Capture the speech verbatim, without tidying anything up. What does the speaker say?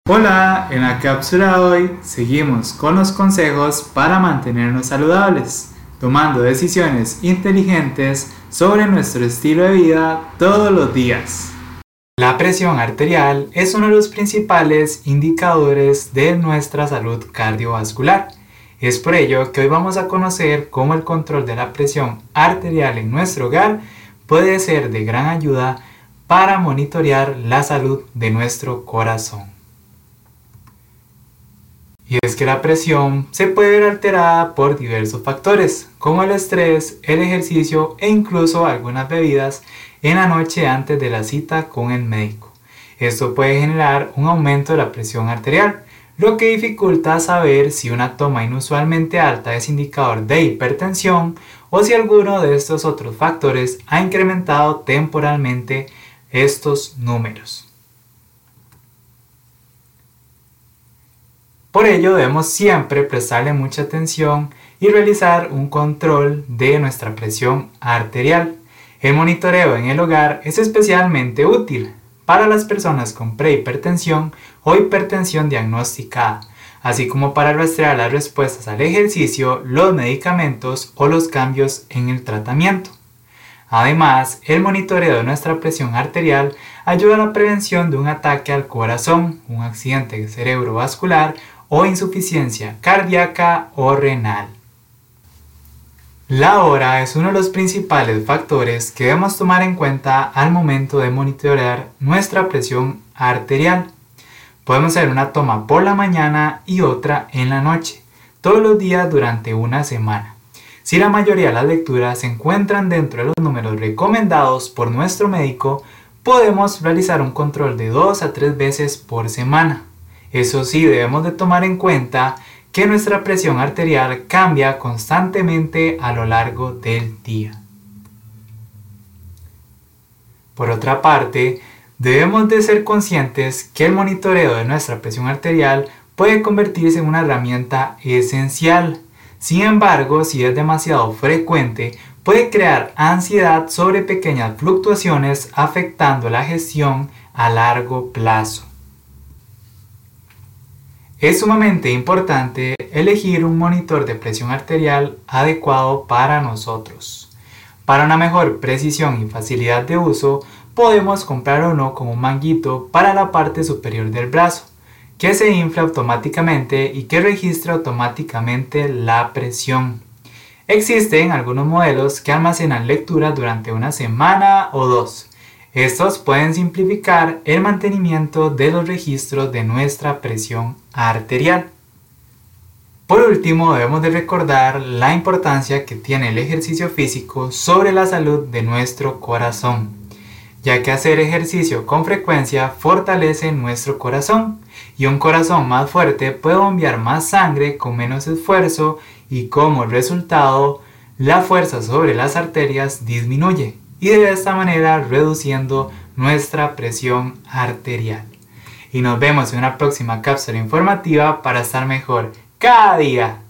Hola, en la cápsula de hoy seguimos con los consejos para mantenernos saludables, tomando decisiones inteligentes sobre nuestro estilo de vida todos los días. La presión arterial es uno de los principales indicadores de nuestra salud cardiovascular. Es por ello que hoy vamos a conocer cómo el control de la presión arterial en nuestro hogar puede ser de gran ayuda para monitorear la salud de nuestro corazón. Y es que la presión se puede ver alterada por diversos factores, como el estrés, el ejercicio e incluso algunas bebidas en la noche antes de la cita con el médico. Esto puede generar un aumento de la presión arterial, lo que dificulta saber si una toma inusualmente alta es indicador de hipertensión o si alguno de estos otros factores ha incrementado temporalmente estos números. Por ello debemos siempre prestarle mucha atención y realizar un control de nuestra presión arterial. El monitoreo en el hogar es especialmente útil para las personas con prehipertensión o hipertensión diagnosticada, así como para rastrear las respuestas al ejercicio, los medicamentos o los cambios en el tratamiento. Además, el monitoreo de nuestra presión arterial ayuda a la prevención de un ataque al corazón, un accidente cerebrovascular o insuficiencia cardíaca o renal. La hora es uno de los principales factores que debemos tomar en cuenta al momento de monitorear nuestra presión arterial. Podemos hacer una toma por la mañana y otra en la noche, todos los días durante una semana. Si la mayoría de las lecturas se encuentran dentro de los números recomendados por nuestro médico, podemos realizar un control de dos a tres veces por semana. Eso sí, debemos de tomar en cuenta que nuestra presión arterial cambia constantemente a lo largo del día. Por otra parte, debemos de ser conscientes que el monitoreo de nuestra presión arterial puede convertirse en una herramienta esencial. Sin embargo, si es demasiado frecuente, puede crear ansiedad sobre pequeñas fluctuaciones afectando la gestión a largo plazo. Es sumamente importante elegir un monitor de presión arterial adecuado para nosotros. Para una mejor precisión y facilidad de uso, podemos comprar uno con un manguito para la parte superior del brazo, que se infla automáticamente y que registra automáticamente la presión. Existen algunos modelos que almacenan lecturas durante una semana o dos. Estos pueden simplificar el mantenimiento de los registros de nuestra presión arterial. Por último, debemos de recordar la importancia que tiene el ejercicio físico sobre la salud de nuestro corazón, ya que hacer ejercicio con frecuencia fortalece nuestro corazón, y un corazón más fuerte puede bombear más sangre con menos esfuerzo y como resultado, la fuerza sobre las arterias disminuye y de esta manera reduciendo nuestra presión arterial. Y nos vemos en una próxima cápsula informativa para estar mejor cada día.